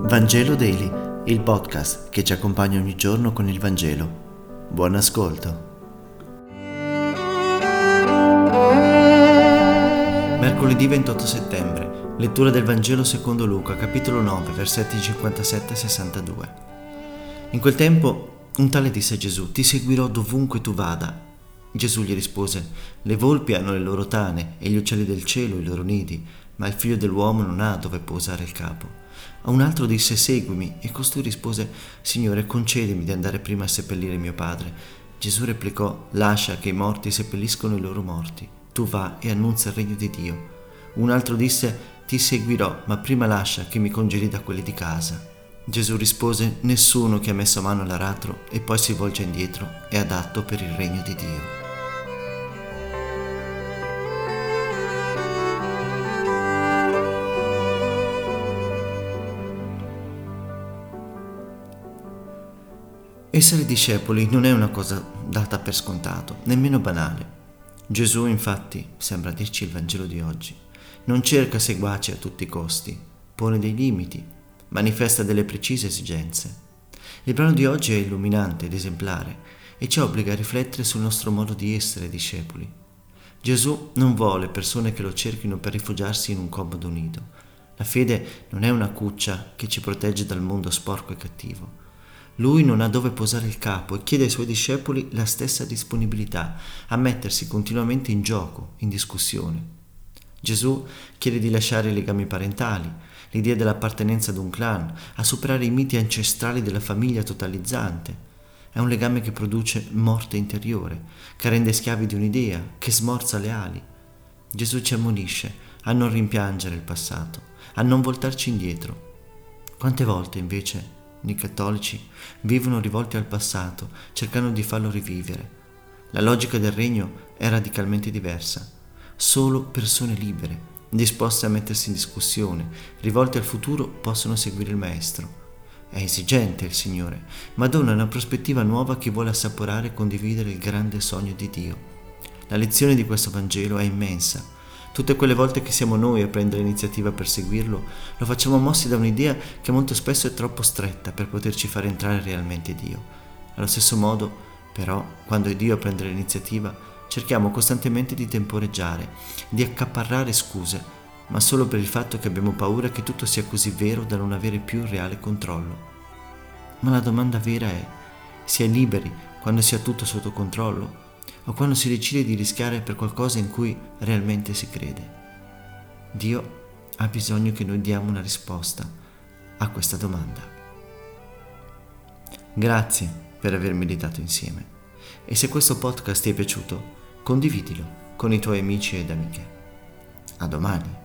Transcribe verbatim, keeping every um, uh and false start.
Vangelo Daily, il podcast che ci accompagna ogni giorno con il Vangelo. Buon ascolto. Mercoledì ventotto settembre, lettura del Vangelo secondo Luca, capitolo nove, versetti cinquantasette e sessantadue. In quel tempo un tale disse a Gesù: ti seguirò dovunque tu vada. Gesù gli rispose: le volpi hanno le loro tane e gli uccelli del cielo i loro nidi, ma il figlio dell'uomo non ha dove posare il capo. A un altro disse: seguimi, e costui rispose: Signore, concedimi di andare prima a seppellire mio padre. Gesù replicò: lascia che i morti seppelliscono i loro morti, tu va e annunzia il regno di Dio. Un altro disse: ti seguirò, ma prima lascia che mi congedi da quelli di casa. Gesù rispose: nessuno che ha messo mano all'aratro e poi si volge indietro è adatto per il regno di Dio. Essere discepoli non è una cosa data per scontato, nemmeno banale. Gesù, infatti, sembra dirci il Vangelo di oggi, non cerca seguaci a tutti i costi, pone dei limiti, manifesta delle precise esigenze. Il brano di oggi è illuminante ed esemplare e ci obbliga a riflettere sul nostro modo di essere discepoli. Gesù non vuole persone che lo cerchino per rifugiarsi in un comodo nido. La fede non è una cuccia che ci protegge dal mondo sporco e cattivo. Lui non ha dove posare il capo e chiede ai suoi discepoli la stessa disponibilità a mettersi continuamente in gioco, in discussione. Gesù chiede di lasciare i legami parentali, l'idea dell'appartenenza ad un clan, a superare i miti ancestrali della famiglia totalizzante. È un legame che produce morte interiore, che rende schiavi di un'idea, che smorza le ali. Gesù ci ammonisce a non rimpiangere il passato, a non voltarci indietro. Quante volte invece i cattolici vivono rivolti al passato, cercando di farlo rivivere. La logica del regno è radicalmente diversa. Solo persone libere, disposte a mettersi in discussione, rivolte al futuro, possono seguire il Maestro. È esigente il Signore, ma dona una prospettiva nuova a chi vuole assaporare e condividere il grande sogno di Dio. La lezione di questo Vangelo è immensa. Tutte quelle volte che siamo noi a prendere l'iniziativa per seguirlo, lo facciamo mossi da un'idea che molto spesso è troppo stretta per poterci far entrare realmente Dio. Allo stesso modo, però, quando è Dio a prendere l'iniziativa, cerchiamo costantemente di temporeggiare, di accaparrare scuse, ma solo per il fatto che abbiamo paura che tutto sia così vero da non avere più il reale controllo. Ma la domanda vera è: si è liberi quando si ha tutto sotto controllo? O quando si decide di rischiare per qualcosa in cui realmente si crede? Dio ha bisogno che noi diamo una risposta a questa domanda. Grazie per aver meditato insieme. E se questo podcast ti è piaciuto, condividilo con i tuoi amici ed amiche. A domani.